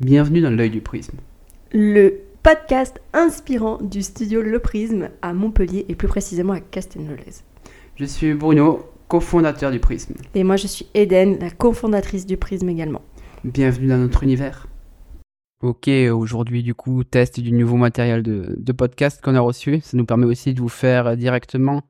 Bienvenue dans l'œil du prisme. Le podcast inspirant du studio Le Prisme à Montpellier et plus précisément à Castelnau-Lez. Je suis Bruno, cofondateur du prisme. Et moi je suis Eden, la cofondatrice du Prisme également. Bienvenue dans notre univers. Ok, aujourd'hui du coup, test du nouveau matériel de podcast qu'on a reçu. Ça nous permet aussi de vous faire directement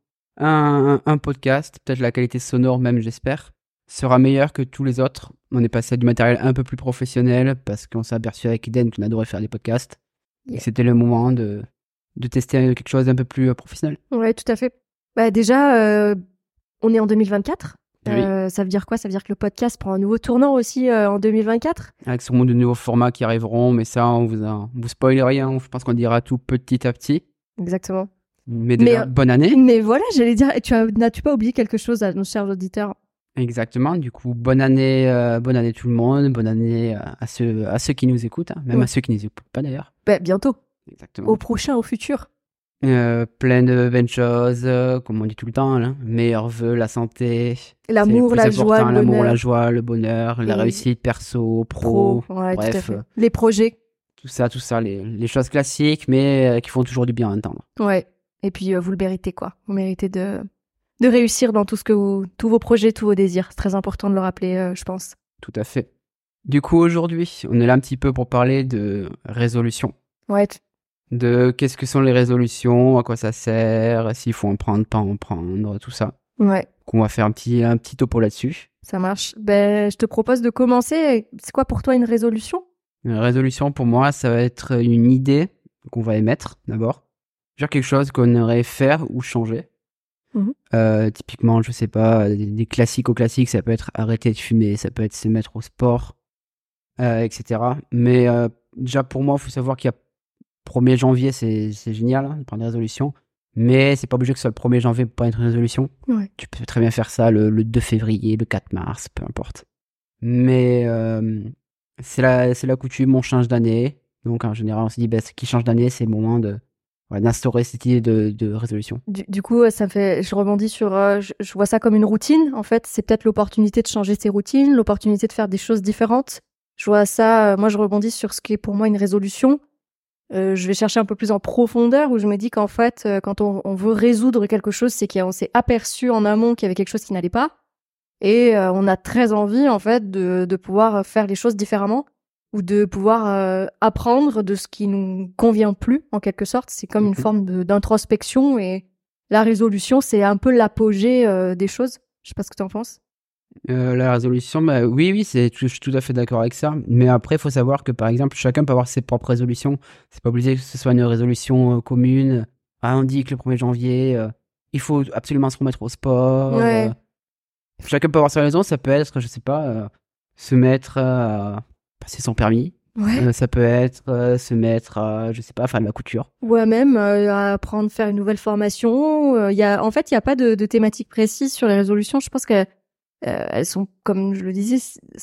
un podcast. Peut-être la qualité sonore même, j'espère, sera meilleure que tous les autres. On est passé à du matériel un peu plus professionnel parce qu'on s'est aperçu avec Eden qu'on adorait faire des podcasts. Yeah. Et c'était le moment de tester quelque chose d'un peu plus professionnel. Ouais, tout à fait. Bah, déjà, on est en 2024. Oui. Ça veut dire quoi ? Ça veut dire que le podcast prend un nouveau tournant aussi en 2024 ? Avec sûrement de nouveaux formats qui arriveront, mais ça, on vous spoil rien. Je pense qu'on dira tout petit à petit. Exactement. Mais déjà, bonne année. Mais voilà, j'allais dire, n'as-tu pas oublié quelque chose à nos chers auditeurs ? Exactement. Du coup, bonne année tout le monde. Bonne année à ceux qui nous écoutent, hein. Même à ceux qui ne nous écoutent pas d'ailleurs. Bah, bientôt. Exactement. Au prochain, au futur. Plein de bonnes choses, comme on dit tout le temps, là. Meilleurs vœux, la santé, l'amour, la joie, le bonheur. L'amour, la joie, le bonheur, la réussite perso, pro, ouais, bref, tout à fait. Les projets. Tout ça, les choses classiques, mais qui font toujours du bien à entendre. Ouais. Et puis vous le méritez, quoi. Vous méritez de réussir dans tous vos projets, tous vos désirs. C'est très important de le rappeler, je pense. Tout à fait. Du coup, aujourd'hui, on est là un petit peu pour parler de résolution. Ouais. De qu'est-ce que sont les résolutions, à quoi ça sert, s'il faut en prendre, pas en prendre, tout ça. Ouais. Donc on va faire un petit topo là-dessus. Ça marche. Ben, je te propose de commencer. C'est quoi pour toi une résolution ? Une résolution, pour moi, ça va être une idée qu'on va émettre d'abord. Genre quelque chose qu'on aimerait faire ou changer. Typiquement, je sais pas, des classiques aux classiques, ça peut être arrêter de fumer, ça peut être se mettre au sport, etc. Mais déjà, pour moi, il faut savoir qu'il y a 1er janvier, c'est génial, hein, de prendre des résolutions. Mais c'est pas obligé que ce soit le 1er janvier pour prendre une résolution. Ouais. Tu peux très bien faire ça le 2 février, le 4 mars, peu importe. Mais c'est la coutume, on change d'année. Donc en général, on se dit, qui change d'année, c'est le moment d'instaurer cette idée de résolution. Du coup, je rebondis sur, je vois ça comme une routine. En fait, c'est peut-être l'opportunité de changer ses routines, l'opportunité de faire des choses différentes. Je vois ça, moi je rebondis sur ce qui est pour moi une résolution. Je vais chercher un peu plus en profondeur où je me dis qu'en fait, quand on veut résoudre quelque chose, c'est qu'on s'est aperçu en amont qu'il y avait quelque chose qui n'allait pas. Et on a très envie, en fait, de pouvoir faire les choses différemment ou de pouvoir apprendre de ce qui nous convient plus, en quelque sorte. C'est comme une forme d'introspection et la résolution, c'est un peu l'apogée des choses. Je sais pas ce que tu en penses. La résolution, oui, je suis tout à fait d'accord avec ça. Mais après, il faut savoir que, par exemple, chacun peut avoir ses propres résolutions. C'est pas obligé que ce soit une résolution commune. On dit que le 1er janvier, il faut absolument se remettre au sport. Ouais. Chacun peut avoir sa raison. Ça peut être, je sais pas, se mettre à passer son permis. Ouais. Ça peut être se mettre à, je sais pas, faire de la couture. Ouais, même à apprendre, faire une nouvelle formation. En fait, il n'y a pas de thématique précise sur les résolutions. Je pense que elles sont, comme je le disais,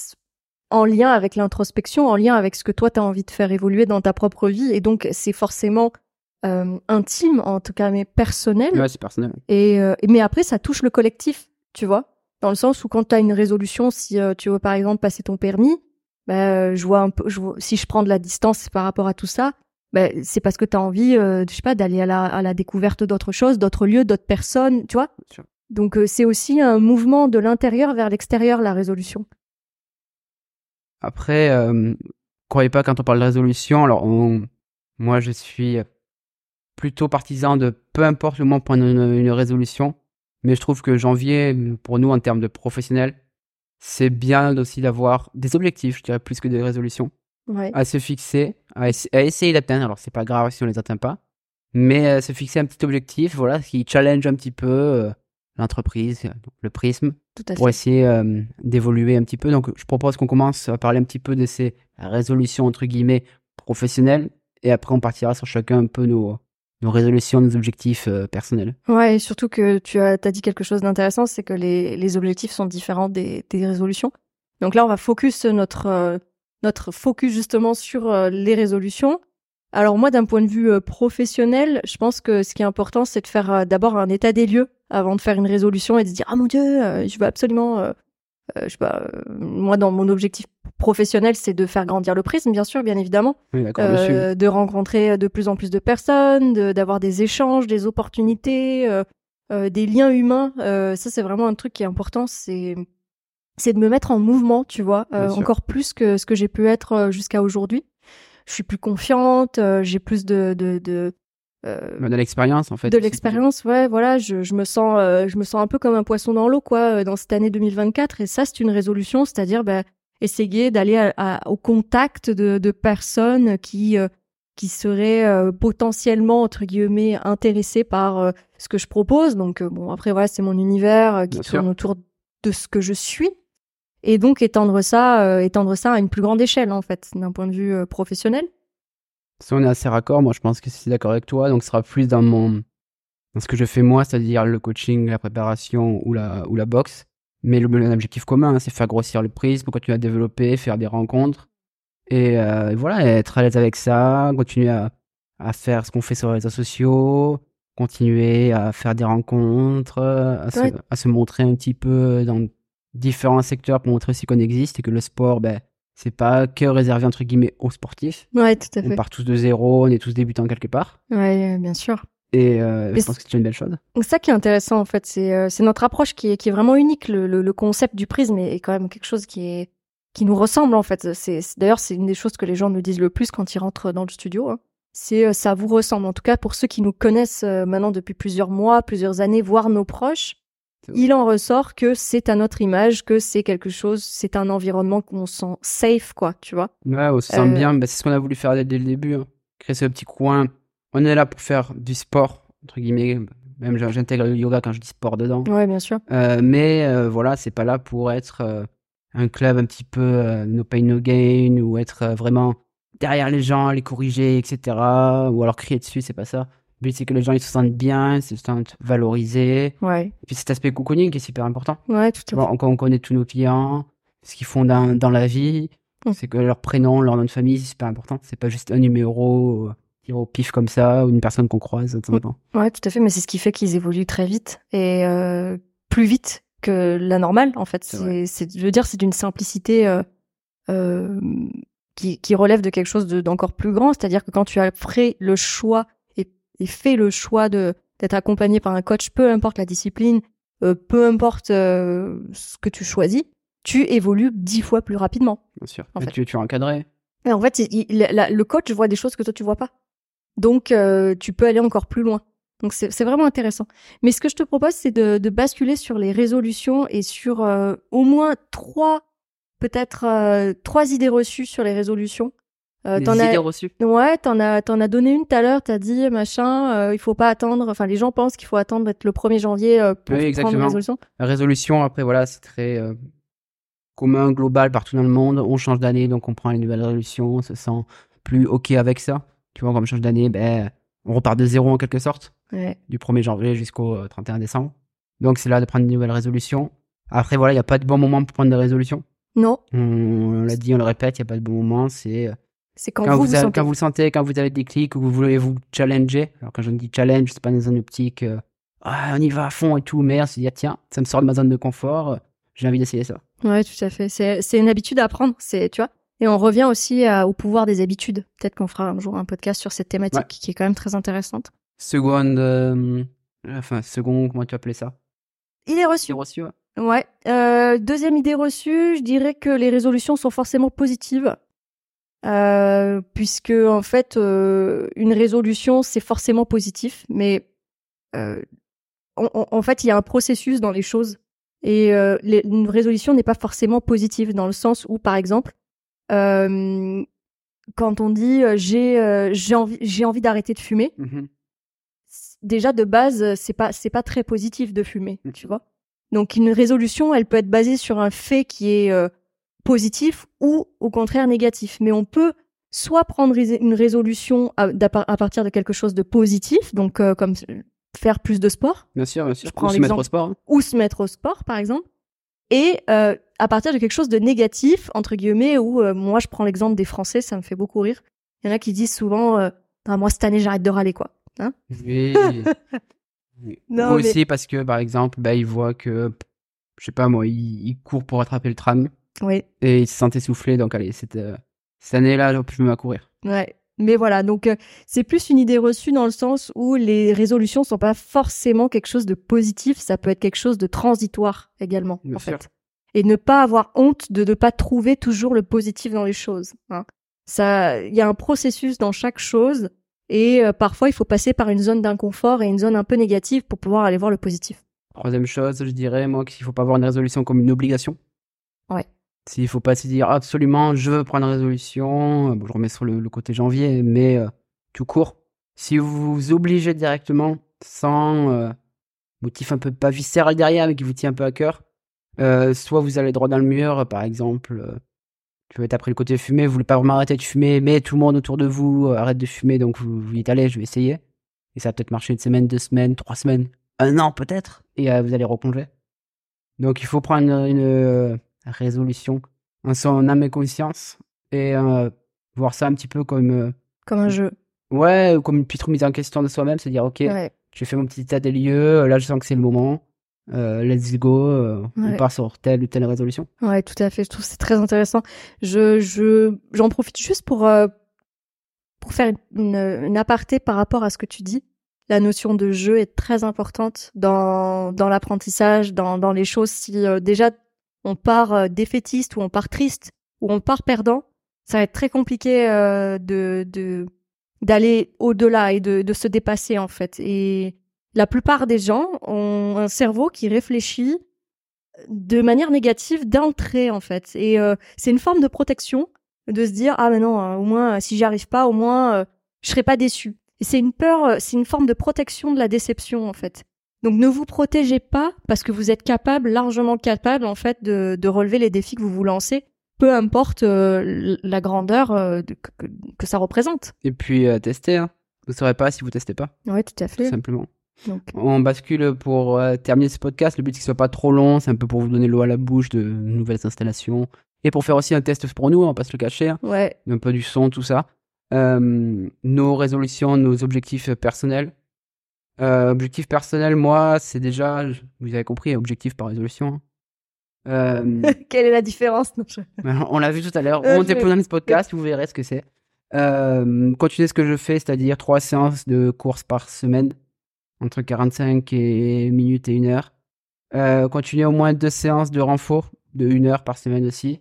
en lien avec l'introspection, en lien avec ce que toi, tu as envie de faire évoluer dans ta propre vie. Et donc, c'est forcément intime, en tout cas, mais personnel. Ouais, c'est personnel. Mais après, ça touche le collectif, tu vois. Dans le sens où quand tu as une résolution, si tu veux, par exemple, passer ton permis, si je prends de la distance par rapport à tout ça, c'est parce que tu as envie, je sais pas, d'aller à la découverte d'autres choses, d'autres lieux, d'autres personnes, tu vois. Sure. Donc, c'est aussi un mouvement de l'intérieur vers l'extérieur, la résolution. Après, croyez pas quand on parle de résolution, alors moi je suis plutôt partisan de peu importe le moment pour une résolution, mais je trouve que janvier, pour nous en termes de professionnels, c'est bien aussi d'avoir des objectifs, je dirais plus que des résolutions, à se fixer, à essayer d'atteindre. Alors c'est pas grave si on les atteint pas, mais se fixer un petit objectif, voilà, qui challenge un petit peu l'entreprise, le prisme, pour essayer d'évoluer un petit peu. Donc, je propose qu'on commence à parler un petit peu de ces résolutions, entre guillemets, professionnelles, et après, on partira sur chacun un peu nos résolutions, nos objectifs personnels. Ouais, et surtout que tu as dit quelque chose d'intéressant, c'est que les objectifs sont différents des résolutions. Donc là, on va focus notre focus justement sur les résolutions. Alors moi, d'un point de vue professionnel, je pense que ce qui est important, c'est de faire d'abord un état des lieux avant de faire une résolution et de se dire « Ah mon Dieu, je veux absolument je sais pas, moi dans mon objectif professionnel, c'est de faire grandir le prisme, bien sûr, bien évidemment. Oui, d'accord, dessus. De rencontrer de plus en plus de personnes, d'avoir des échanges, des opportunités, des liens humains. Ça, c'est vraiment un truc qui est important. C'est de me mettre en mouvement, tu vois, encore plus que ce que j'ai pu être jusqu'à aujourd'hui. Je suis plus confiante, j'ai plus de l'expérience, en fait. de l'expérience, ouais, voilà, je me sens un peu comme un poisson dans l'eau, quoi, dans cette année 2024. Et ça, c'est une résolution, c'est-à-dire essayer d'aller au contact de personnes qui seraient potentiellement, entre guillemets, intéressées par ce que je propose. Donc, bon, après, voilà, c'est mon univers qui tourne autour de ce que je suis. Et donc, étendre ça à une plus grande échelle, en fait, d'un point de vue professionnel. Si on est assez raccord, moi je pense que c'est d'accord avec toi, donc ce sera plus dans ce que je fais moi, c'est-à-dire le coaching, la préparation ou la boxe. Mais l'objectif commun, hein, c'est faire grossir le prisme, continuer à développer, faire des rencontres. Et voilà, être à l'aise avec ça, continuer à faire ce qu'on fait sur les réseaux sociaux, continuer à faire des rencontres, à se montrer un petit peu dans différents secteurs pour montrer aussi qu'on existe et que le sport, c'est pas que réservé entre guillemets aux sportifs. Ouais, tout à fait. On part tous de zéro, on est tous débutants quelque part. Ouais, bien sûr. Et je pense que c'est une belle chose. Donc ça qui est intéressant en fait, c'est notre approche qui est vraiment unique. Le concept du prisme est quand même quelque chose qui nous ressemble en fait. D'ailleurs c'est une des choses que les gens nous disent le plus quand ils rentrent dans le studio. Hein. C'est ça vous ressemble. En tout cas pour ceux qui nous connaissent maintenant depuis plusieurs mois, plusieurs années, voire nos proches, il en ressort que c'est à notre image, que c'est quelque chose, c'est un environnement qu'on sent safe, quoi, tu vois. Ouais, on se sent bien. C'est ce qu'on a voulu faire dès le début. Hein. Créer ce petit coin. On est là pour faire du sport, entre guillemets. Même j'intègre le yoga quand je dis sport dedans. Ouais, bien sûr. Mais voilà, c'est pas là pour être un club un petit peu no pain no gain ou être vraiment derrière les gens, les corriger, etc. Ou alors crier dessus, c'est pas ça. Le but, c'est que les gens ils se sentent bien, se sentent valorisés. Ouais. Et puis cet aspect cocooning qui est super important. Ouais, tout à fait. Quand on connaît tous nos clients, ce qu'ils font dans la vie, c'est que leur prénom, leur nom de famille, c'est super important. C'est pas juste un numéro au pif comme ça ou une personne qu'on croise de temps en temps. Ouais, tout à fait. Mais c'est ce qui fait qu'ils évoluent très vite et plus vite que la normale, en fait. Je veux dire, c'est d'une simplicité qui relève de quelque chose d'encore plus grand. C'est-à-dire que quand tu as fait le choix et fait le choix d'être accompagné par un coach, peu importe la discipline, peu importe ce que tu choisis, tu évolues 10 fois plus rapidement. Bien sûr. En fait. Tu es encadré. Et en fait, le coach voit des choses que toi, tu vois pas. Donc, tu peux aller encore plus loin. Donc, c'est vraiment intéressant. Mais ce que je te propose, c'est de basculer sur les résolutions et sur au moins trois idées reçues sur les résolutions. Idées reçues. Ouais, t'en as donné une tout à l'heure, t'as dit, machin, il faut pas attendre, enfin, les gens pensent qu'il faut attendre d'être le 1er janvier pour prendre une résolution. La résolution, après, voilà, c'est très commun, global, partout dans le monde. On change d'année, donc on prend une nouvelle résolution, on se sent plus OK avec ça. Tu vois, quand on change d'année, on repart de zéro en quelque sorte, du 1er janvier jusqu'au 31 décembre. Donc, c'est là de prendre une nouvelle résolution. Après, voilà, il n'y a pas de bon moment pour prendre des résolutions. Non. On l'a dit, on le répète, il n'y a pas de bon moment. C'est quand vous le sentez, quand vous avez des clics, ou vous voulez vous challenger. Alors, quand je dis challenge, c'est pas dans une optique, on y va à fond et tout, mais on se dit, tiens, ça me sort de ma zone de confort, j'ai envie d'essayer ça. Ouais, tout à fait. C'est une habitude à apprendre, tu vois. Et on revient aussi au pouvoir des habitudes. Peut-être qu'on fera un jour un podcast sur cette thématique qui est quand même très intéressante. Second, comment tu appelais ça? Idée reçue. Ouais. Deuxième idée reçue, je dirais que les résolutions sont forcément positives. Puisque, en fait, une résolution, c'est forcément positif. Mais en fait, il y a un processus dans les choses. Et une résolution n'est pas forcément positive dans le sens où, par exemple, quand on dit j'ai envie d'arrêter de fumer, déjà de base c'est pas très positif de fumer, tu vois. Donc une résolution, elle peut être basée sur un fait qui est positif ou au contraire négatif. Mais on peut soit prendre une résolution à partir de quelque chose de positif, donc comme faire plus de sport. Bien sûr. Ou se mettre au sport. Hein. Ou se mettre au sport, par exemple. Et à partir de quelque chose de négatif, entre guillemets, où moi je prends l'exemple des Français, ça me fait beaucoup rire. Il y en a qui disent souvent moi cette année j'arrête de râler, quoi. Hein oui. Non, aussi parce que par exemple ils voient que je sais pas moi, il court pour attraper le tram Oui. et il se sent essoufflé, donc allez, cette année-là, je me mets à courir. Ouais. Mais voilà, donc c'est plus une idée reçue dans le sens où les résolutions sont pas forcément quelque chose de positif, ça peut être quelque chose de transitoire également, Bien en sûr. fait. Et ne pas avoir honte de ne pas trouver toujours le positif dans les choses. Hein. Ça, il y a un processus dans chaque chose et parfois il faut passer par une zone d'inconfort et une zone un peu négative pour pouvoir aller voir le positif. Troisième chose, je dirais, moi, qu'il faut pas voir une résolution comme une obligation. Ouais. S'il faut pas se dire absolument, je veux prendre une résolution, bon, je remets sur le côté janvier, mais tout court. Si vous vous obligez directement, sans motif un peu pas viscéral derrière, mais qui vous tient un peu à cœur, soit vous allez droit dans le mur, par exemple, tu veux être après le côté fumé, vous voulez pas vraiment arrêter de fumer, mais tout le monde autour de vous arrête de fumer, donc vous dites allez, je vais essayer. Et ça va peut-être marcher 1 semaine, 2 semaines, 3 semaines, 1 an peut-être, et vous allez replonger. Donc il faut prendre une résolution en son âme et conscience et voir ça un petit peu comme Comme un jeu. ouais, comme une petite remise en question de soi-même, c'est dire ok, Ouais. j'ai fait mon petit état des lieux, là je sens que c'est le moment, let's go, on Ouais. part sur telle ou telle résolution. Ouais, tout à fait. Je trouve que c'est très intéressant. J'en profite juste pour faire une aparté par rapport à ce que tu dis. La notion de jeu est très importante dans l'apprentissage, dans les choses. Si déjà on part défaitiste ou on part triste ou on part perdant, ça va être très compliqué d'aller au-delà et de se dépasser en fait. Et la plupart des gens ont un cerveau qui réfléchit de manière négative d'entrée en fait. Et c'est une forme de protection de se dire ah mais non, au moins si j'y arrive pas, au moins je serai pas déçu. Et c'est une peur, c'est une forme de protection de la déception en fait. Donc ne vous protégez pas parce que vous êtes capable, largement capable en fait de relever les défis que vous vous lancez, peu importe la grandeur que ça représente. Et puis tester, hein. Vous ne saurez pas si vous testez pas, Ouais, tout à tout fait. simplement. Donc On bascule pour terminer ce podcast. Le but c'est qu'il soit pas trop long, c'est un peu pour vous donner l'eau à la bouche de nouvelles installations et pour faire aussi un test pour nous, on va pas se le cacher, hein. ouais, Un peu du son, tout ça. Nos résolutions, nos objectifs personnels. Objectif personnel, moi, c'est déjà, vous avez compris, objectif par résolution, hein. quelle est la différence? Non, On l'a vu tout à l'heure. Euh, Remontez je- plus dans ce podcast, vous verrez ce que c'est. Continuez ce que je fais, c'est-à-dire 3 séances de course par semaine, entre 45 minutes et 1 heure. Continuez au moins 2 séances de renfort de 1 heure par semaine aussi.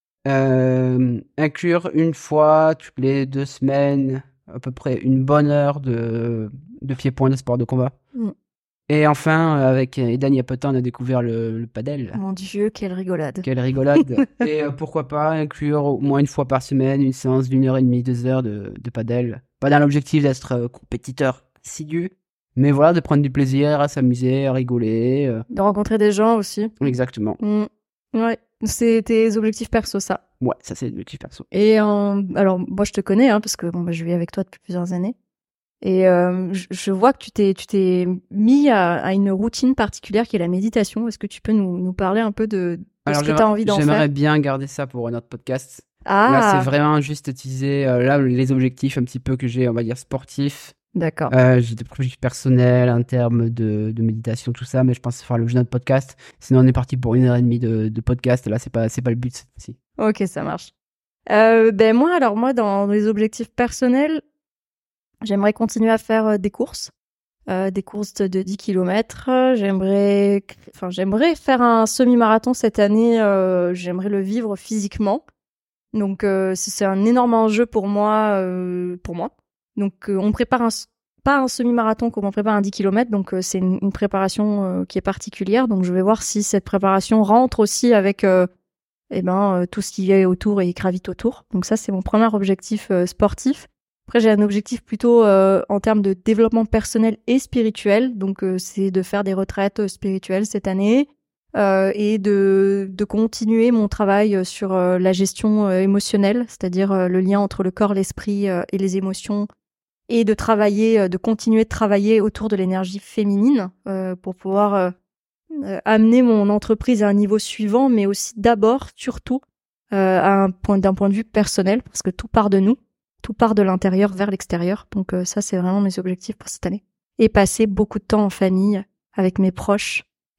Inclure une fois toutes les 2 semaines, à peu près une bonne heure de pied-point de sport de combat. Mm. Et enfin, avec Edan, il y a peu de temps, on a découvert le padel. Mon Dieu, quelle rigolade. Quelle rigolade. Et pourquoi pas inclure au moins une fois par semaine une séance d'1 h 30, 2 heures de padel. Pas dans l'objectif d'être compétiteur assidu, mais voilà, de prendre du plaisir, à s'amuser, à rigoler. De rencontrer des gens aussi. Exactement. Mm. Ouais, c'est tes objectifs perso, ça. Ouais, ça c'est l'objectif perso. Et alors, moi, je te connais, hein, parce que bon, je vis avec toi depuis plusieurs années. Et je vois que tu t'es mis à une routine particulière qui est la méditation. Est-ce que tu peux nous parler un peu de Alors, ce que tu as envie d'en j'aimerais faire? bien garder ça pour notre podcast. Ah, Là, c'est vraiment juste teaser là, les objectifs un petit peu que j'ai, on va dire, sportifs. d'accord. J'ai des projets personnels en termes de méditation, tout ça, mais je pense que ça fera l'objet de notre podcast. Sinon, on est parti pour 1 h 30 de podcast. Là, c'est pas le but cette fois-ci. Ok, ça marche. Ben moi, dans les objectifs personnels, j'aimerais continuer à faire des courses de 10 km. J'aimerais faire un semi-marathon cette année. J'aimerais le vivre physiquement. Donc c'est un énorme enjeu pour moi. Donc on prépare pas un semi-marathon comme on prépare un 10 km. Donc c'est une préparation qui est particulière. Donc je vais voir si cette préparation rentre aussi avec tout ce qui est autour et gravite autour. Donc ça c'est mon premier objectif sportif. Après, j'ai un objectif plutôt en termes de développement personnel et spirituel. Donc, c'est de faire des retraites spirituelles cette année et de continuer mon travail sur la gestion émotionnelle, c'est-à-dire le lien entre le corps, l'esprit et les émotions, et de continuer de travailler autour de l'énergie féminine pour pouvoir amener mon entreprise à un niveau suivant, mais aussi d'abord, surtout, d'un point de vue personnel, parce que tout part de nous. Tout part de l'intérieur vers l'extérieur. Donc ça, c'est vraiment mes objectifs pour cette année. Et passer beaucoup de temps en famille, avec mes proches,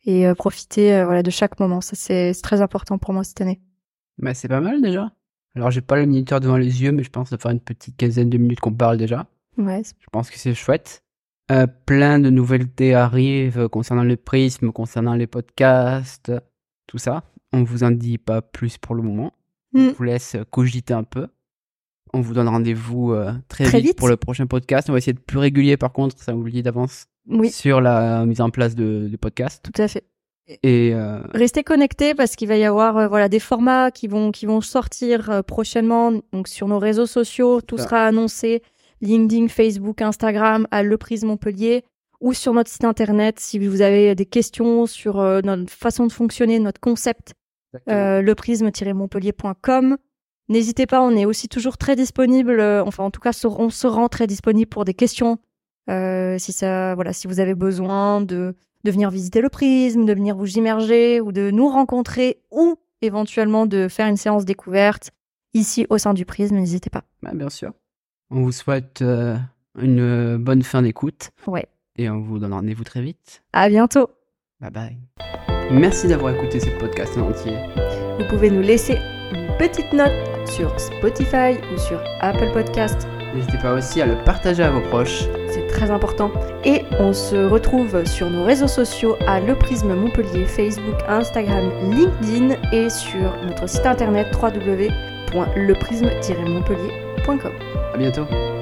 et profiter de chaque moment. Ça, c'est très important pour moi cette année. Bah, c'est pas mal déjà. Alors, j'ai pas le minuteur devant les yeux, mais je pense que ça fait une petite quinzaine de minutes qu'on parle déjà. Ouais. Je pense que c'est chouette. Plein de nouveautés arrivent concernant le prisme, concernant les podcasts, tout ça. On vous en dit pas plus pour le moment. On vous laisse cogiter un peu. On vous donne rendez-vous très vite pour le prochain podcast. On va essayer de plus régulier par contre, ça on vous le dit d'avance, sur la mise en place de podcast. Tout à fait. Et restez connectés parce qu'il va y avoir des formats qui vont sortir prochainement. Donc sur nos réseaux sociaux, tout sera annoncé. LinkedIn, Facebook, Instagram, à Le Prisme Montpellier, ou sur notre site internet si vous avez des questions sur notre façon de fonctionner, notre concept, leprisme-montpellier.com. N'hésitez pas, on est aussi toujours très disponible, en tout cas on se rend très disponible pour des questions. Si vous avez besoin de venir visiter le Prisme, de venir vous immerger ou de nous rencontrer ou éventuellement de faire une séance découverte ici au sein du Prisme, n'hésitez pas. Bah, bien sûr. On vous souhaite une bonne fin d'écoute. Ouais. Et on vous donne rendez-vous très vite. À bientôt. Bye bye. Merci d'avoir écouté ce podcast en entier. Vous pouvez nous laisser une petite note sur Spotify ou sur Apple Podcast. N'hésitez pas aussi à le partager à vos proches. C'est très important. Et on se retrouve sur nos réseaux sociaux à Le Prisme Montpellier, Facebook, Instagram, LinkedIn et sur notre site internet www.leprisme-montpellier.com. À bientôt.